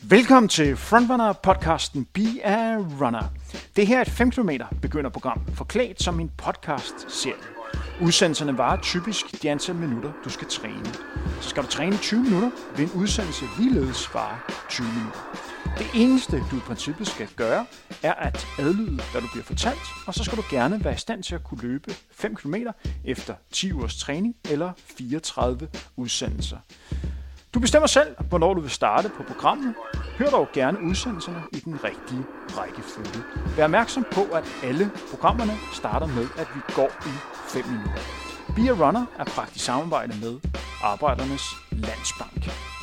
Velkommen til Frontrunner-podcasten Be a Runner. Det her er et 5 km begynderprogram, forklædt som en podcast-serie. Udsendelserne varer typisk de antal minutter, du skal træne. Så skal du træne 20 minutter, vil en udsendelse ligeledes vare 20 minutter. Det eneste, du i princippet skal gøre, er at adlyde, hvad du bliver fortalt, og så skal du gerne være i stand til at kunne løbe 5 km efter 10 ugers træning eller 34 udsendelser. Du bestemmer selv, hvornår du vil starte på programmet. Hør dog gerne udsendelserne i den rigtige rækkefølge. Vær opmærksom på, at alle programmerne starter med, at vi går i 5 minutter. Be a Runner er praktisk samarbejde med Arbejdernes Landsbank.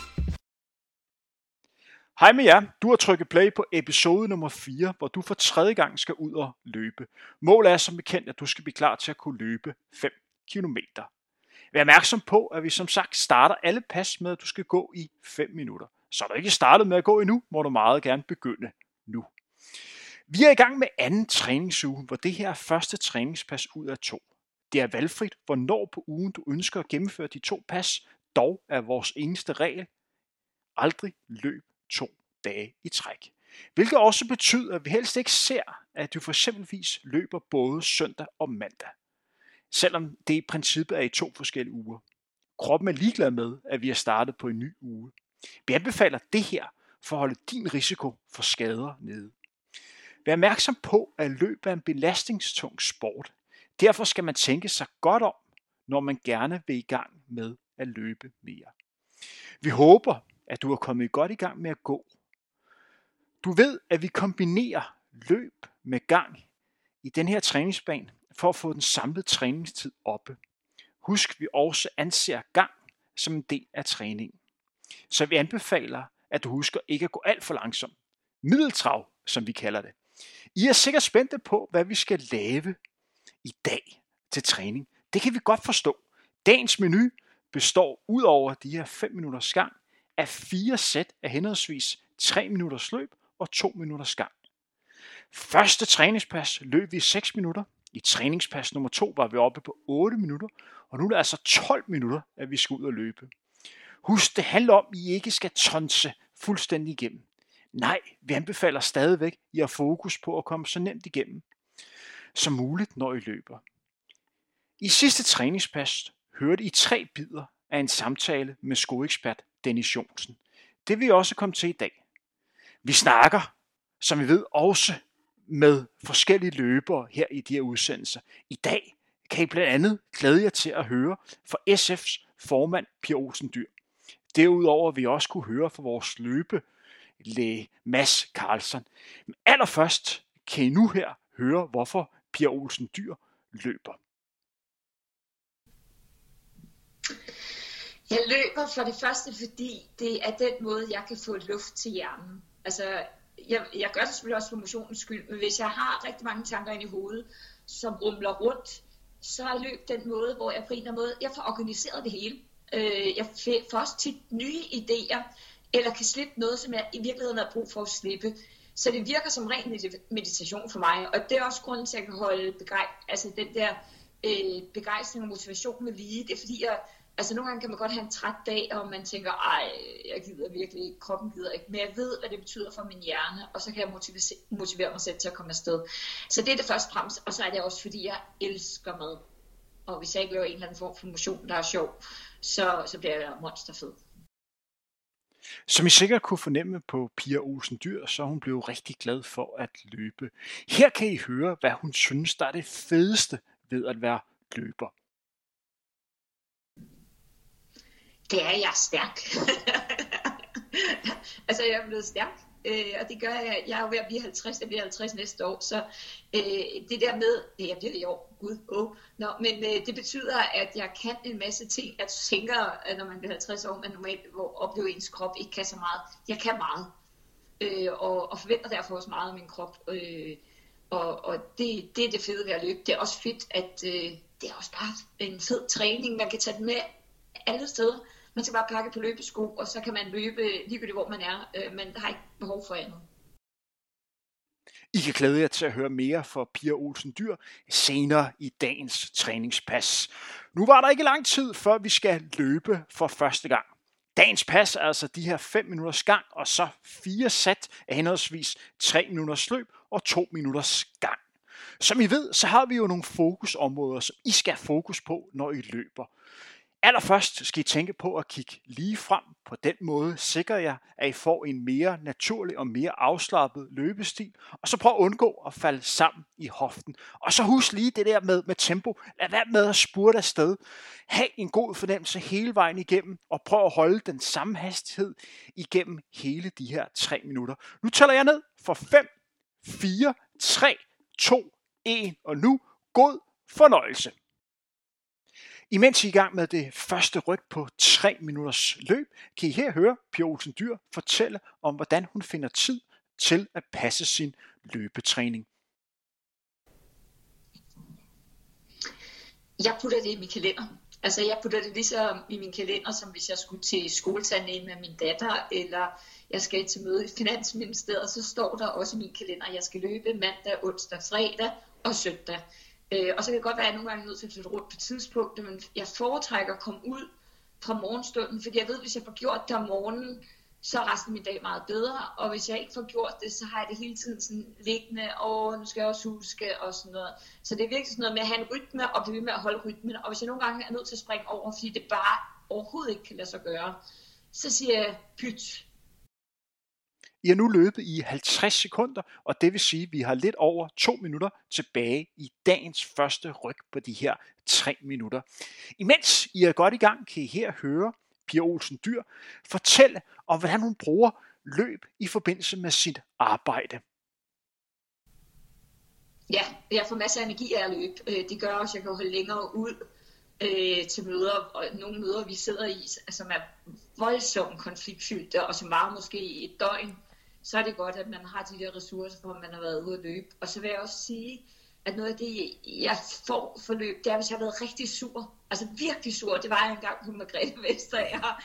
Hej med jer. Du har trykket play på episode nummer 4, hvor du for tredje gang skal ud og løbe. Målet er som bekendt, at du skal blive klar til at kunne løbe 5 kilometer. Vær opmærksom på, at vi som sagt starter alle pas med, at du skal gå i 5 minutter. Så er du ikke startet med at gå endnu, må du meget gerne begynde nu. Vi er i gang med anden træningsuge, hvor det her er første træningspas ud af 2. Det er valgfrit, hvornår på ugen du ønsker at gennemføre de 2 pas, dog er vores eneste regel: aldrig løb 2 dage i træk. Hvilket også betyder, at vi helst ikke ser, at du for eksempelvis løber både søndag og mandag. Selvom det i princippet er i 2 forskellige uger. Kroppen er ligeglad med, at vi er startet på en ny uge. Vi anbefaler det her for at holde din risiko for skader nede. Vær opmærksom på, at løb er en belastningstung sport. Derfor skal man tænke sig godt om, når man gerne vil i gang med at løbe mere. Vi håber, at du er kommet godt i gang med at gå. Du ved, at vi kombinerer løb med gang i den her træningsplan for at få den samlede træningstid oppe. Husk, vi også anser gang som en del af træningen. Så vi anbefaler, at du husker ikke at gå alt for langsomt. Middeltrav, som vi kalder det. I er sikkert spændte på, hvad vi skal lave i dag til træning. Det kan vi godt forstå. Dagens menu består ud over de her 5 minutters gang af 4 sæt af henholdsvis 3 minutters løb og 2 minutters gang. Første træningspas løb vi 6 minutter. I træningspas nummer 2 var vi oppe på 8 minutter, og nu er det altså 12 minutter, at vi skal ud og løbe. Husk, det handler om, at I ikke skal tonse fuldstændig igennem. Nej, vi anbefaler stadigvæk, at I har fokus på at komme så nemt igennem som muligt, når I løber. I sidste træningspas hørte I 3 bidder af en samtale med skoekspert Dennis Johnsen. Det vil I også komme til i dag. Vi snakker, som I ved, også med forskellige løbere her i de her udsendelser. I dag kan I blandt andet glæde jer til at høre fra SF's formand Pia Olsen Dyhr. Derudover vil I også kunne høre fra vores løbelæge Mads Carlsen. Men allerførst kan I nu her høre, hvorfor Pia Olsen Dyhr løber. Jeg løber for det første, fordi det er den måde, jeg kan få luft til hjernen. Altså, jeg gør det selvfølgelig også for motionens skyld, men hvis jeg har rigtig mange tanker inde i hovedet, som rumler rundt, så er løb den måde, hvor jeg på en eller anden måde, jeg får organiseret det hele. Jeg får også tit nye idéer, eller kan slippe noget, som jeg i virkeligheden har brug for at slippe. Så det virker som ren meditation for mig, og det er også grunden til, at jeg kan holde den der begejstring og motivation med lige. Det er fordi, nogle gange kan man godt have en træt dag, og man tænker, jeg gider virkelig ikke, kroppen gider ikke. Men jeg ved, hvad det betyder for min hjerne, og så kan jeg motivere mig selv til at komme afsted. Så det er det første fremmest, og så er det også fordi, jeg elsker mad. Og hvis jeg ikke laver en eller anden form for motion, der er sjov, så bliver jeg monsterfed. Som I sikkert kunne fornemme på Pia Olsen Dyhr, så hun blev rigtig glad for at løbe. Her kan I høre, hvad hun synes, der er det fedeste ved at være løber. Det er, jeg er stærk. Jeg er blevet stærk, og det gør jeg. Jeg er jo ved at blive 50, jeg bliver 50 næste år, så det der med, jeg bliver i år, men det betyder, at jeg kan en masse ting. Jeg tænker, at når man bliver 50 år, man normalt oplever ens krop ikke kan så meget. Jeg kan meget, og forventer derfor også meget af min krop, og det er det fede ved at løbe. Det er også fedt, at det er også bare en fed træning, man kan tage den med alle steder. Man skal bare pakke på løbesko, og så kan man løbe ligegyldigt hvor man er. Man har ikke behov for andet. I kan glæde jer til at høre mere fra Pia Olsen Dyhr senere i dagens træningspas. Nu var der ikke lang tid, før vi skal løbe for første gang. Dagens pas er altså de her 5 minutters gang, og så 4 sæt af henholdsvis 3 minutters løb og 2 minutters gang. Som I ved, så har vi jo nogle fokusområder, som I skal have fokus på, når I løber. Allerførst skal I tænke på at kigge lige frem. På den måde sikrer jeg, at I får en mere naturlig og mere afslappet løbestil. Og så prøv at undgå at falde sammen i hoften. Og så husk lige det der med tempo. Lad være med at spurte afsted. Ha' en god fornemmelse hele vejen igennem. Og prøv at holde den samme hastighed igennem hele de her 3 minutter. Nu tæller jeg ned for 5, 4, 3, 2, 1. Og nu god fornøjelse. Imens I er i gang med det første ryg på 3 minutters løb, kan I her høre Pia Olsen Dyhr fortælle om, hvordan hun finder tid til at passe sin løbetræning. Jeg putter det i min kalender. Altså jeg putter det ligesom i min kalender, som hvis jeg skulle til skoletandlægen med min datter, eller jeg skal til møde i Finansministeriet, så står der også i min kalender, at jeg skal løbe mandag, onsdag, fredag og søndag. Og så kan det godt være, at jeg nogle gange er nødt til at flytte rundt på tidspunktet, men jeg foretrækker at komme ud fra morgenstunden, fordi jeg ved, at hvis jeg får gjort det om morgenen, så er resten af min dag meget bedre, og hvis jeg ikke får gjort det, så har jeg det hele tiden sådan liggende, og nu skal jeg også huske, og sådan noget. Så det er virkelig sådan noget med at have en rytme, og blive ved med at holde rytmen, og hvis jeg nogle gange er nødt til at springe over, fordi det bare overhovedet ikke kan lade sig gøre, så siger jeg pyt. I har nu løbet i 50 sekunder, og det vil sige, at vi har lidt over 2 minutter tilbage i dagens første ryg på de her 3 minutter. Imens I er godt i gang, kan I her høre Pia Olsen Dyhr fortælle om, hvordan hun bruger løb i forbindelse med sit arbejde. Ja, jeg får masser af energi af at løbe. Det gør også, at jeg kan holde længere ud til møder, og nogle møder, vi sidder i, som er voldsomt konfliktfyldte, og som varer måske i et døgn, så er det godt, at man har de der ressourcer, hvor man har været ude at løbe. Og så vil jeg også sige, at noget af det, jeg får for løb, det er, hvis jeg har været rigtig sur. Altså virkelig sur. Det var jeg engang på Margrethe Vestager.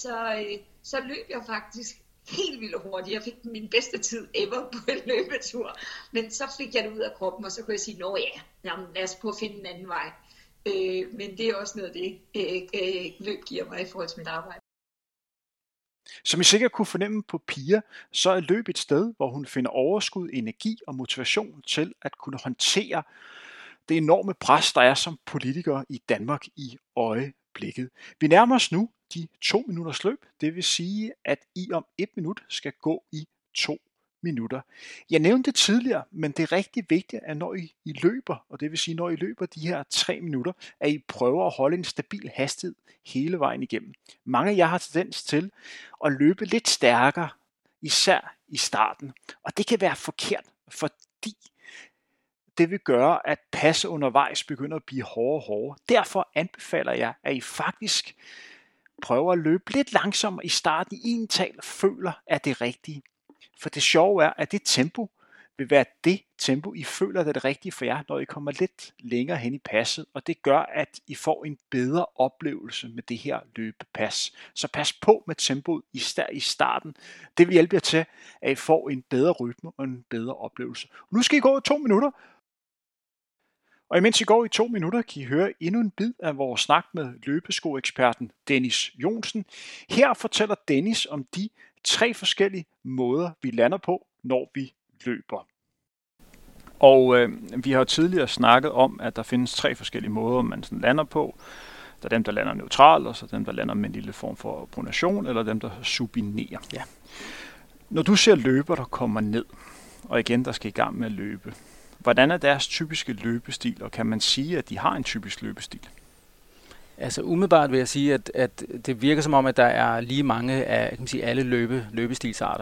Så løb jeg faktisk helt vildt hurtigt. Jeg fik min bedste tid ever på en løbetur. Men så fik jeg det ud af kroppen, og så kunne jeg sige, nå ja, jamen, lad os prøve at finde en anden vej. Men det er også noget af det, løb giver mig i forhold til mit arbejde. Som I sikkert kunne fornemme på Pia, så er løb et sted, hvor hun finder overskud, energi og motivation til at kunne håndtere det enorme pres, der er som politiker i Danmark i øjeblikket. Vi nærmer os nu de 2 minutters løb, det vil sige, at I om 1 minut skal gå i 2 minutter. Jeg nævnte det tidligere, men det er rigtig vigtigt, at når I løber, og det vil sige, når I løber de her 3 minutter, at I prøver at holde en stabil hastighed hele vejen igennem. Mange af jer har tendens til at løbe lidt stærkere, især i starten. Og det kan være forkert, fordi det vil gøre, at passe undervejs begynder at blive hårdere og hårdere. Derfor anbefaler jeg, at I faktisk prøver at løbe lidt langsommere i starten, i en tal føler, at det er rigtigt. For det sjove er, at det tempo vil være det tempo, I føler, der er det rigtige for jer, når I kommer lidt længere hen i passet. Og det gør, at I får en bedre oplevelse med det her løbepas. Så pas på med tempoet i starten. Det vil hjælpe jer til, at I får en bedre rytme og en bedre oplevelse. Nu skal I gå i 2 minutter. Og imens I går i 2 minutter, kan I høre endnu en bid af vores snak med løbeskoeksperten Dennis Johnsen. Her fortæller Dennis om de 3 forskellige måder, vi lander på, når vi løber. Og vi har jo tidligere snakket om, at der findes 3 forskellige måder, man sådan lander på. Der er dem, der lander neutralt, og så dem, der lander med en lille form for pronation, eller dem, der subinerer. Ja. Når du ser løber, der kommer ned, og igen, der skal i gang med at løbe, hvordan er deres typiske løbestil, og kan man sige, at de har en typisk løbestil? Altså umiddelbart vil jeg sige, at det virker som om, at der er lige mange af kan man sige, alle løbestilsarter.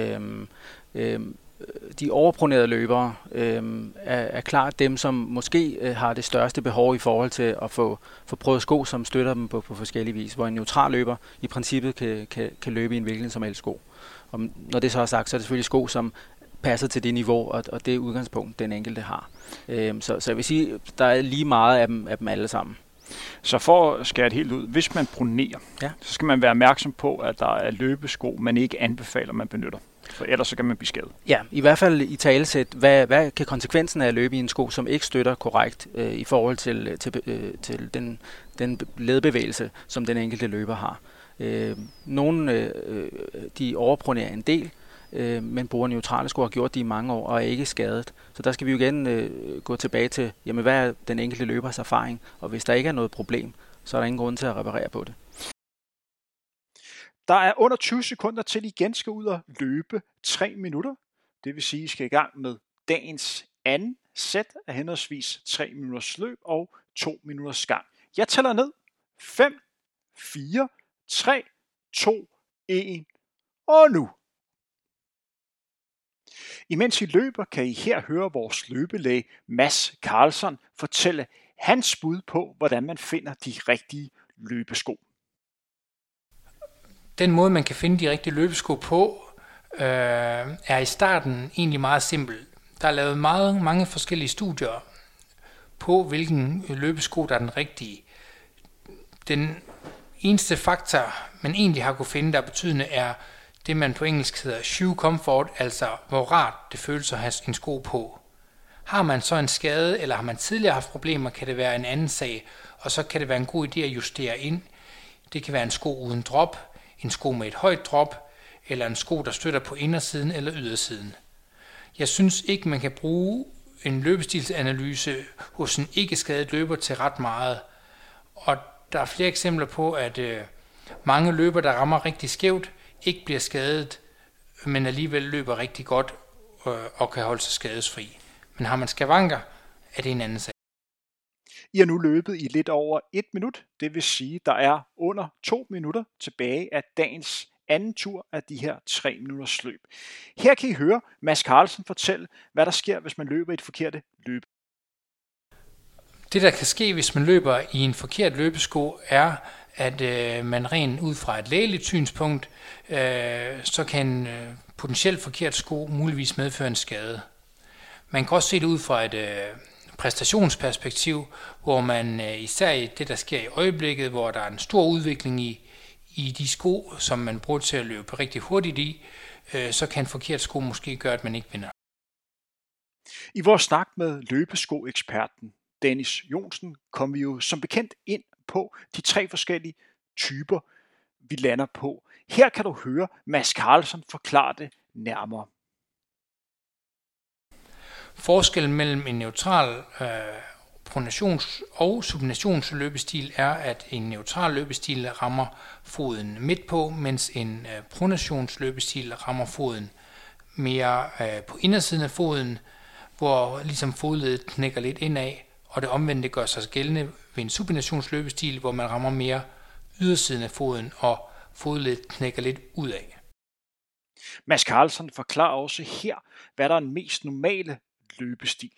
De overpronerede løbere er klart dem, som måske har det største behov i forhold til at få prøvet sko, som støtter dem på forskellige vis, hvor en neutral løber i princippet kan løbe i en hvilken som helst sko. Og når det så er sagt, så er det selvfølgelig sko, som passer til det niveau, og det udgangspunkt, den enkelte har. Så jeg vil sige, der er lige meget af dem alle sammen. Så for at skære det helt ud, hvis man pronerer, så skal man være opmærksom på, at der er løbesko, man ikke anbefaler, man benytter. For ellers så kan man blive skadet. Ja, i hvert fald i talesæt, hvad kan konsekvensen af at løbe i en sko, som ikke støtter korrekt i forhold til den ledbevægelse, som den enkelte løber har. Nogle de overpronerer en del, men bruger neutrale sko, har gjort det i mange år og er ikke skadet. Så der skal vi jo igen gå tilbage til, jamen, hvad er den enkelte løbers erfaring, og hvis der ikke er noget problem, så er der ingen grund til at reparere på det. Der er under 20 sekunder til I igen skal ud og løbe 3 minutter. Det vil sige, at I skal i gang med dagens anden sæt af henholdsvis 3 minutters løb og 2 minutters gang. Jeg tæller ned. 5, 4, 3, 2, 1 og nu. Imens I løber, kan I her høre vores løbelæge Mads Carlsson fortælle hans bud på, hvordan man finder de rigtige løbesko. Den måde, man kan finde de rigtige løbesko på, er i starten egentlig meget simpel. Der er lavet mange forskellige studier på, hvilken løbesko, der er den rigtige. Den eneste faktor, man egentlig har kunne finde, der er betydende, er det, man på engelsk hedder shoe comfort, altså hvor rart det føles at have en sko på. Har man så en skade, eller har man tidligere haft problemer, kan det være en anden sag, og så kan det være en god idé at justere ind. Det kan være en sko uden drop, en sko med et højt drop, eller en sko, der støtter på indersiden eller ydersiden. Jeg synes ikke, man kan bruge en løbestilsanalyse hos en ikke-skadet løber til ret meget. Og der er flere eksempler på, at mange løber, der rammer rigtig skævt, ikke bliver skadet, men alligevel løber rigtig godt og kan holde sig skadesfri. Men har man skavanker, er det en anden sag. I har nu løbet i lidt over 1 minut. Det vil sige, der er under 2 minutter tilbage af dagens anden tur af de her 3 minutters løb. Her kan I høre Mads Carlsson fortælle, hvad der sker, hvis man løber i et forkert løb. Det, der kan ske, hvis man løber i en forkert løbesko, er, at man rent ud fra et lægeligt synspunkt, så kan en potentielt forkert sko muligvis medføre en skade. Man kan også se det ud fra et præstationsperspektiv, hvor man især i det, der sker i øjeblikket, hvor der er en stor udvikling i de sko, som man bruger til at løbe rigtig hurtigt i, så kan en forkert sko måske gøre, at man ikke vinder. I vores snak med løbesko-eksperten Dennis Johnsen kom vi jo som bekendt ind på de 3 forskellige typer, vi lander på. Her kan du høre Mads Carlsson forklare det nærmere. Forskellen mellem en neutral pronations- og supinationsløbestil er, at en neutral løbestil rammer foden midt på, mens en pronationsløbestil rammer foden mere på indersiden af foden, hvor ligesom fodledet knækker lidt indad, og det omvendte gør sig gældende ved en supinationsløbestil, hvor man rammer mere ydersiden af foden, og fodledet knækker lidt udad. Mads Carlsson forklarer også her, hvad der er den mest normale løbestil.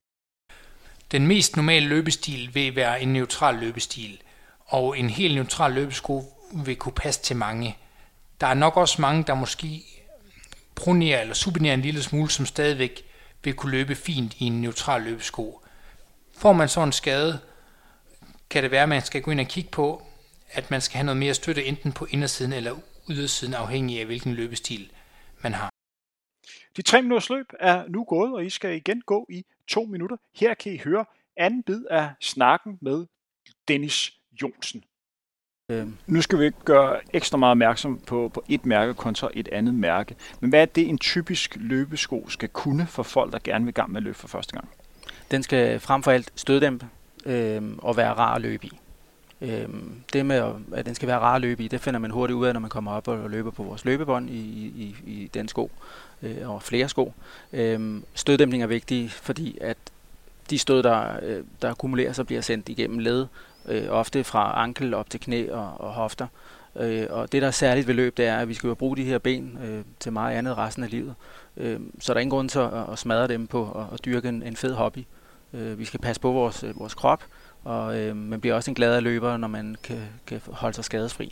Den mest normale løbestil vil være en neutral løbestil, og en helt neutral løbesko vil kunne passe til mange. Der er nok også mange, der måske pronerer eller supinerer en lille smule, som stadigvæk vil kunne løbe fint i en neutral løbesko. Får man så en skade, kan det være, at man skal gå ind og kigge på, at man skal have noget mere støtte enten på indersiden eller ydersiden, afhængig af hvilken løbestil man har. De 3 minutters løb er nu gået, og I skal igen gå i 2 minutter. Her kan I høre anden bid af snakken med Dennis Johnsen. Nu skal vi ikke gøre ekstra meget opmærksom på et mærke kontra et andet mærke. Men hvad er det, en typisk løbesko skal kunne for folk, der gerne vil i gang med at løbe for første gang? Den skal frem for alt støddæmpe og være rar at løbe i. Det med, at den skal være rar at løbe i, det finder man hurtigt ud af, når man kommer op og løber på vores løbebånd i den sko og flere sko. Støddæmpning er vigtig, fordi at de stød, der akkumulerer sig, bliver sendt igennem led, ofte fra ankel op til knæ og hofter. Og det, der er særligt ved løb, det er, at vi skal jo bruge de her ben til meget andet resten af livet. Så der er ingen grund til at smadre dem på at dyrke en fed hobby. Vi skal passe på vores krop, og man bliver også en gladere løber, når man kan holde sig skadesfri.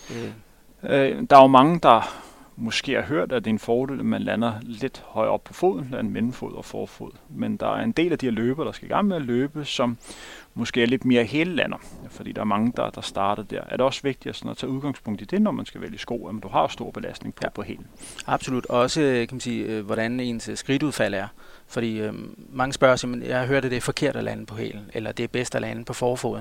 Der er jo mange, der måske har hørt, at det er en fordel, at man lander lidt højere op på foden, end mellemfod og forfod. Men der er en del af de her løbere, der skal i gang med at løbe, som måske er lidt mere hællander, fordi der er mange, der starter der. Er det også vigtigt at tage udgangspunkt i det, når man skal vælge sko, at du har stor belastning på hælen? Absolut. Også kan man sige, hvordan ens skridtudfald er. Fordi mange spørger sig, jeg har hørt, at det er forkert at lande på hælen, eller det er bedst at lande på forfoden.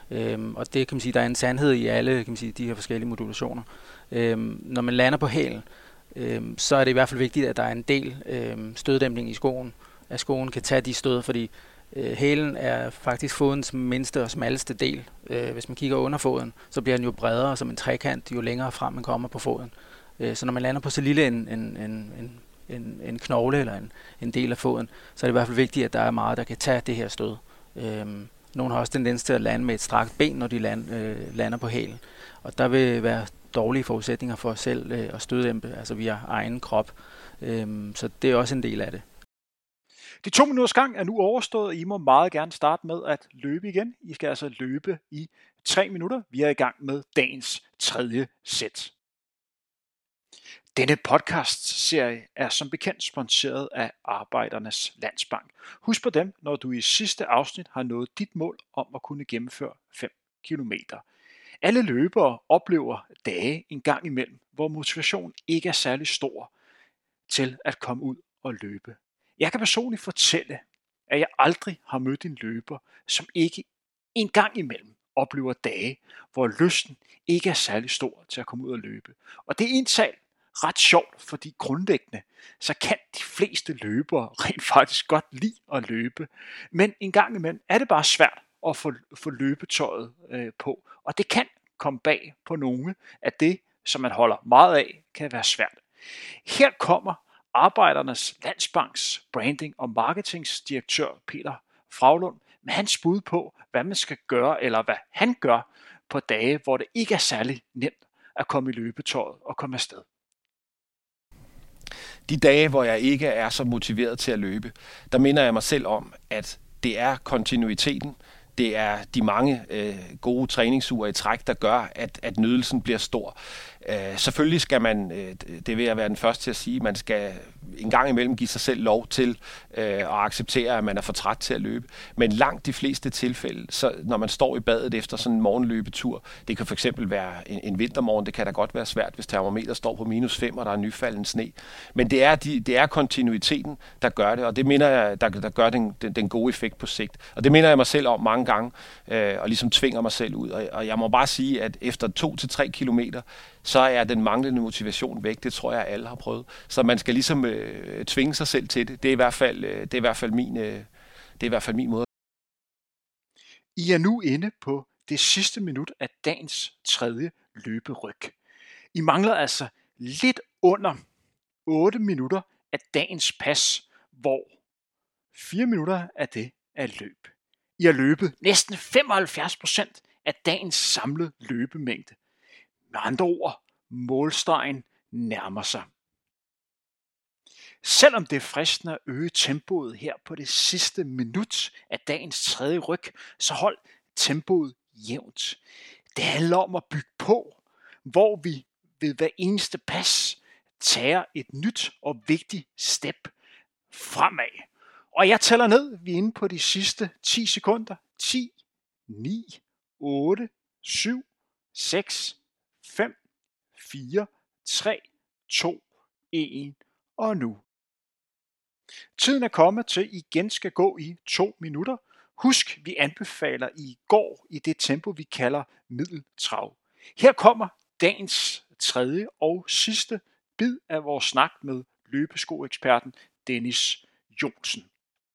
Og det kan man sige, der er en sandhed i alle kan man sige, de her forskellige modulationer. Når man lander på hælen, så er det i hvert fald vigtigt, at der er en del støddæmpning i skoen, at skoen kan tage de stød, fordi hælen er faktisk fodens mindste og smalleste del. Hvis man kigger under foden, så bliver den jo bredere som en trekant, jo længere frem man kommer på foden. Så når man lander på så lille en knogle eller en del af foden, så er det i hvert fald vigtigt, at der er meget, der kan tage det her stød. Nogle har også tendens til at lande med et strakt ben, når de lander på hælen. Og der vil være dårlige forudsætninger for selv at støddæmpe, altså via egen krop. Så det er også en del af det. De 2 minutters gang er nu overstået, og I må meget gerne starte med at løbe igen. I skal altså løbe i 3 minutter. Vi er i gang med dagens 3. sæt. Denne podcast-serie er som bekendt sponsoreret af Arbejdernes Landsbank. Husk på dem, når du i sidste afsnit har nået dit mål om at kunne gennemføre 5 kilometer. Alle løbere oplever dage en gang imellem, hvor motivationen ikke er særlig stor til at komme ud og løbe. Jeg kan personligt fortælle, at jeg aldrig har mødt en løber, som ikke en gang imellem oplever dage, hvor lysten ikke er særlig stor til at komme ud og løbe. Og det er en sag ret sjovt, fordi grundlæggende, så kan de fleste løbere rent faktisk godt lide at løbe. Men en gang imellem er det bare svært at få løbetøjet på. Og det kan komme bag på nogle, at det, som man holder meget af, kan være svært. Her kommer Arbejdernes Landsbanks branding- og marketingsdirektør Peter Fraglund med hans bud på, hvad man skal gøre, eller hvad han gør på dage, hvor det ikke er særlig nemt at komme i løbetøjet og komme afsted. De dage, hvor jeg ikke er så motiveret til at løbe, der minder jeg mig selv om, at det er kontinuiteten, det er de mange gode træningsuger i træk, der gør, at nydelsen bliver stor. Selvfølgelig skal man, det vil jeg være den første til at sige, man skal en gang imellem give sig selv lov til at acceptere, at man er for træt til at løbe. Men langt de fleste tilfælde, så når man står i badet efter sådan en morgenløbetur, det kan for eksempel være en vintermorgen, det kan da godt være svært, hvis termometer står på -5, og der er nyfalden sne. Men det er kontinuiteten, der gør det, og det mener jeg, der gør den gode effekt på sigt. Og det minder jeg mig selv om mange gange, og ligesom tvinger mig selv ud. Og jeg må bare sige, at efter 2 til 3 kilometer, så er den manglende motivation væk. Det tror jeg, alle har prøvet. Så man skal ligesom tvinge sig selv til det. Det er i hvert fald min måde. I er nu inde på det sidste minut af dagens 3. løberyg. I mangler altså lidt under 8 minutter af dagens pas, hvor 4 minutter af det er løb. I har løbet næsten 75% af dagens samlede løbemængde. Med andre ord, målstregen nærmer sig. Selvom det er fristende at øge tempoet her på det sidste minut af dagens 3. ryg, så hold tempoet jævnt. Det handler om at bygge på, hvor vi ved hver eneste pas tager et nyt og vigtigt step fremad. Og jeg tæller ned, vi er inde på de sidste 10 sekunder. 10, 9, 8, 7, 6, 5, 4, 3, 2, 1 og nu. Tiden er kommet til, at I igen skal gå i 2 minutter. Husk, vi anbefaler, at I går i det tempo, vi kalder middeltrav. Her kommer dagens 3. og sidste bid af vores snak med løbeskoeksperten Dennis Johnsen.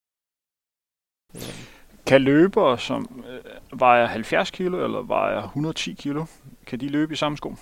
Kan løbere, som vejer 70 kilo eller vejer 110 kilo, kan de løbe i samme sko?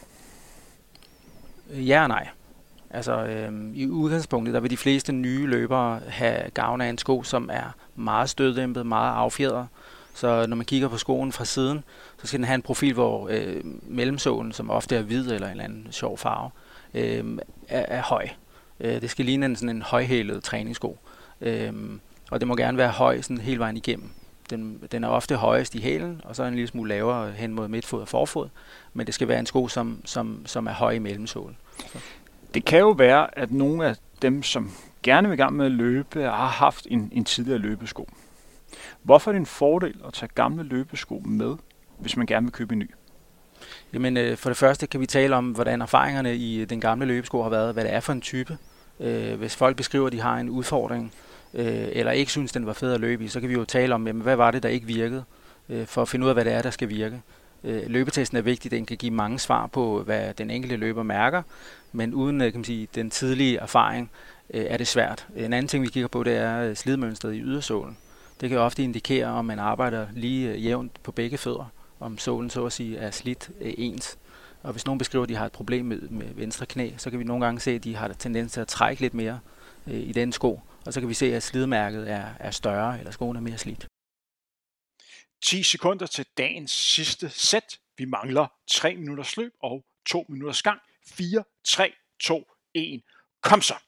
Ja og nej. Altså i udgangspunktet, der vil de fleste nye løbere have gavn af en sko, som er meget støddæmpet, meget affjedret. Så når man kigger på skoen fra siden, så skal den have en profil, hvor mellemsålen, som ofte er hvid eller en eller anden sjov farve, er høj. Det skal ligne sådan en højhælet træningssko. Og det må gerne være høj sådan hele vejen igennem. Den er ofte højest i hælen, og så en lille smule lavere hen mod midtfod og forfod. Men det skal være en sko, som er høj i mellemsålen. Det kan jo være, at nogle af dem, som gerne vil i gang med at løbe, har haft en tidligere løbesko. Hvorfor er det en fordel at tage gamle løbesko med, hvis man gerne vil købe en ny? Jamen, for det første kan vi tale om, hvordan erfaringerne i den gamle løbesko har været, hvad det er for en type. Hvis folk beskriver, at de har en udfordring, eller ikke synes, den var fed at løbe i, så kan vi jo tale om, jamen, hvad var det, der ikke virkede. for at finde ud af, hvad det er, der skal virke. Løbetesten er vigtig, den kan give mange svar på, hvad den enkelte løber mærker, men uden kan man sige, den tidlige erfaring er det svært. En anden ting, vi kigger på, det er slidmønstret i ydersålen. Det kan ofte indikere, om man arbejder lige jævnt på begge fødder, om sålen så at sige er slidt ens. Og hvis nogen beskriver, at de har et problem med venstre knæ, så kan vi nogle gange se, at de har tendens til at trække lidt mere i den sko, og så kan vi se, at slidmærket er større, eller skoen er mere slidt. 10 sekunder til dagens sidste sæt. Vi mangler 3 minutters løb og 2 minutters gang. 4, 3, 2, 1. Kom så!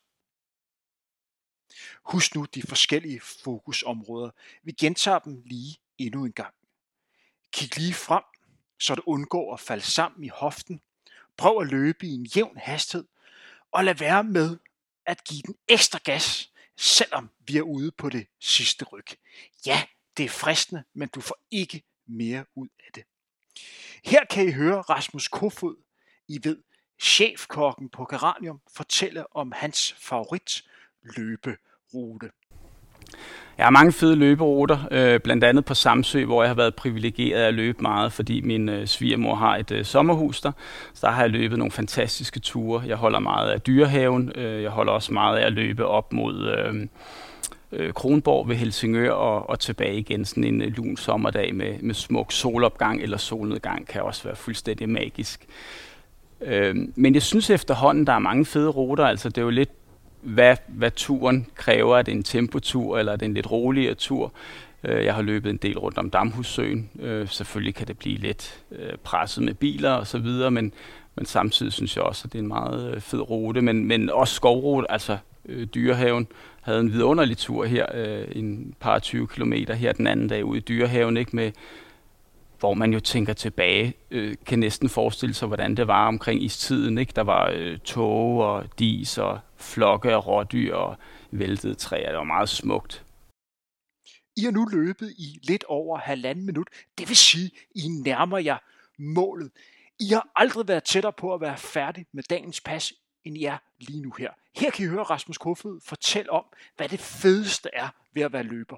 Husk nu de forskellige fokusområder. Vi gentager dem lige endnu en gang. Kig lige frem, så du undgår at falde sammen i hoften. Prøv at løbe i en jævn hastighed, og lad være med at give den ekstra gas, selvom vi er ude på det sidste ryg. Ja, det er fristende, men du får ikke mere ud af det. Her kan I høre Rasmus Kofoed, I ved, chefkokken på Geranium, fortælle om hans favorit løberute. Jeg har mange fede løberuter, blandt andet på Samsø, hvor jeg har været privilegeret at løbe meget, fordi min svigermor har et sommerhus der. Så der har jeg løbet nogle fantastiske ture. Jeg holder meget af Dyrehaven. Jeg holder også meget af at løbe op mod Kronborg ved Helsingør og tilbage igen. Sådan en lun sommerdag med smuk solopgang eller solnedgang kan også være fuldstændig magisk. Men jeg synes efterhånden, der er mange fede ruter. Altså det er jo lidt hvad turen kræver. Er det en tempotur, eller er det en lidt roligere tur? Jeg har løbet en del rundt om Damhussøen. Selvfølgelig kan det blive lidt presset med biler og så videre, men samtidig synes jeg også, at det er en meget fed rute. Men også skovrute, altså Dyrehaven, havde en vidunderlig tur her, en par 20 kilometer her den anden dag ude i Dyrehaven, ikke, med hvor man jo tænker tilbage, kan næsten forestille sig, hvordan det var omkring istiden. Ikke? Der var tåge og dis og flokke af rådyr og væltede træer. Det var meget smukt. I har nu løbet i lidt over 1,5 minut. Det vil sige, I nærmer jer målet. I har aldrig været tættere på at være færdig med dagens pas, end I er lige nu her. Her kan I høre Rasmus Kofoed fortælle om, hvad det fedeste er ved at være løber.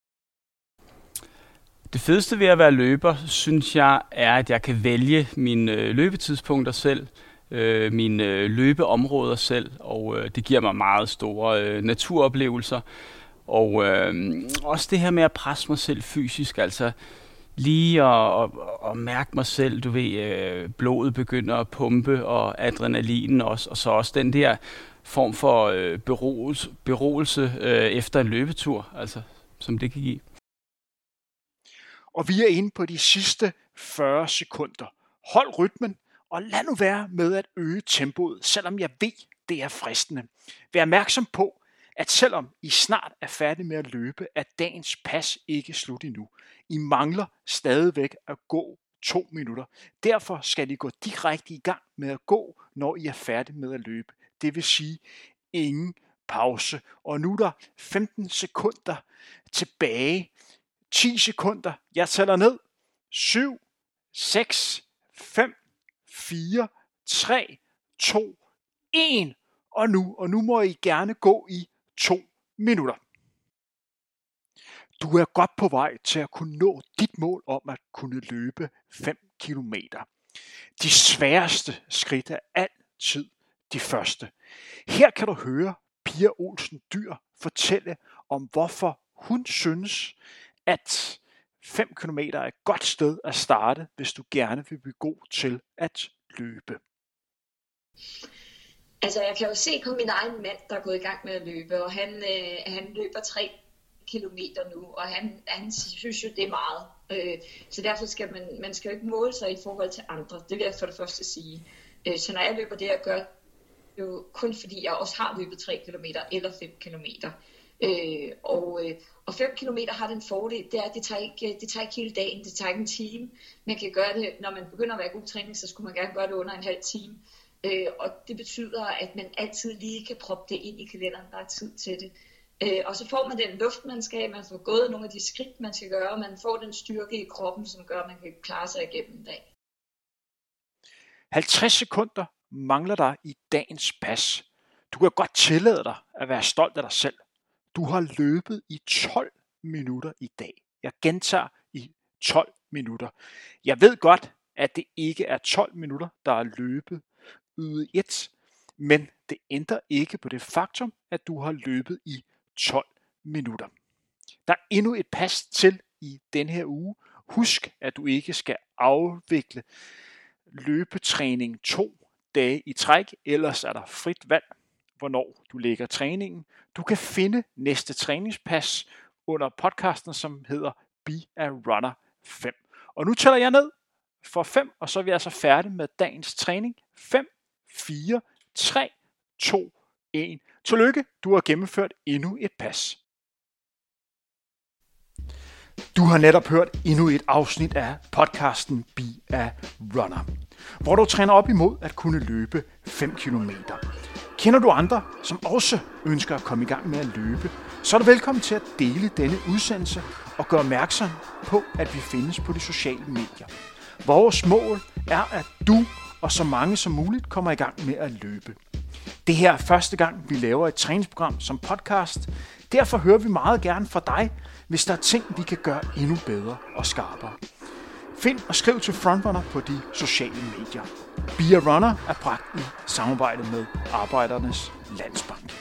Det fedeste ved at være løber, synes jeg, er, at jeg kan vælge mine løbetidspunkter selv, mine løbeområder selv, og det giver mig meget store naturoplevelser. Og også det her med at presse mig selv fysisk, altså lige at mærke mig selv, du ved, blodet begynder at pumpe, og adrenalinen også, og så også den der form for beroelse efter en løbetur, altså som det kan give. Og vi er inde på de sidste 40 sekunder. Hold rytmen, og lad nu være med at øge tempoet, selvom jeg ved, det er fristende. Vær opmærksom på, at selvom I snart er færdige med at løbe, er dagens pas ikke slut endnu. I mangler stadigvæk at gå 2 minutter. Derfor skal I gå direkte i gang med at gå, når I er færdige med at løbe. Det vil sige ingen pause. Og nu er der 15 sekunder tilbage. 10 sekunder. Jeg tæller ned. 7, 6, 5, 4, 3, 2, 1. Og nu må I gerne gå i 2 minutter. Du er godt på vej til at kunne nå dit mål om at kunne løbe 5 kilometer. De sværeste skridt er altid de første. Her kan du høre Pia Olsen Dyhr fortælle om, hvorfor hun synes, at 5 km er et godt sted at starte, hvis du gerne vil blive god til at løbe. Altså, jeg kan jo se på min egen mand, der er gået i gang med at løbe, og han løber 3 kilometer nu, og han synes jo, det er meget. Så derfor skal man skal jo ikke måle sig i forhold til andre. Det vil jeg for det første sige. Så når jeg løber det, jeg gør, jo kun fordi jeg også har løbet 3 kilometer eller 5 kilometer. Og 5 kilometer har den fordel, det er, at det tager ikke hele dagen, det tager ikke en time. Man kan gøre det, når man begynder at være god træning, så skulle man gerne gøre det under en halv time. Og det betyder, at man altid lige kan proppe det ind i kalenderen, der er tid til det. Og så får man den luft, man skal, man får gået nogle af de skridt, man skal gøre, og man får den styrke i kroppen, som gør, at man kan klare sig igennem en dag. 50 sekunder mangler dig i dagens pas. Du kan godt tillade dig at være stolt af dig selv. Du har løbet i 12 minutter i dag. Jeg gentager i 12 minutter. Jeg ved godt, at det ikke er 12 minutter, der er løbet ude i et, men det ændrer ikke på det faktum, at du har løbet i 12 minutter. Der er endnu et pas til i den her uge. Husk, at du ikke skal afvikle løbetræning 2 dage i træk, ellers er der frit valg, hvornår du lægger træningen. Du kan finde næste træningspas under podcasten, som hedder Be a Runner 5. Og nu tæller jeg ned for 5, og så er vi altså færdige med dagens træning. 5, 4, 3, 2, 1. Tillykke, du har gennemført endnu et pas. Du har netop hørt endnu et afsnit af podcasten Be a Runner, hvor du træner op imod at kunne løbe 5 km. Kender du andre, som også ønsker at komme i gang med at løbe, så er du velkommen til at dele denne udsendelse og gøre opmærksom på, at vi findes på de sociale medier. Vores mål er, at du og så mange som muligt kommer i gang med at løbe. Det her er første gang, vi laver et træningsprogram som podcast. Derfor hører vi meget gerne fra dig, hvis der er ting, vi kan gøre endnu bedre og skarpere. Find og skriv til Frontrunner på de sociale medier. Be a Runner er bragt i samarbejde med Arbejdernes Landsbank.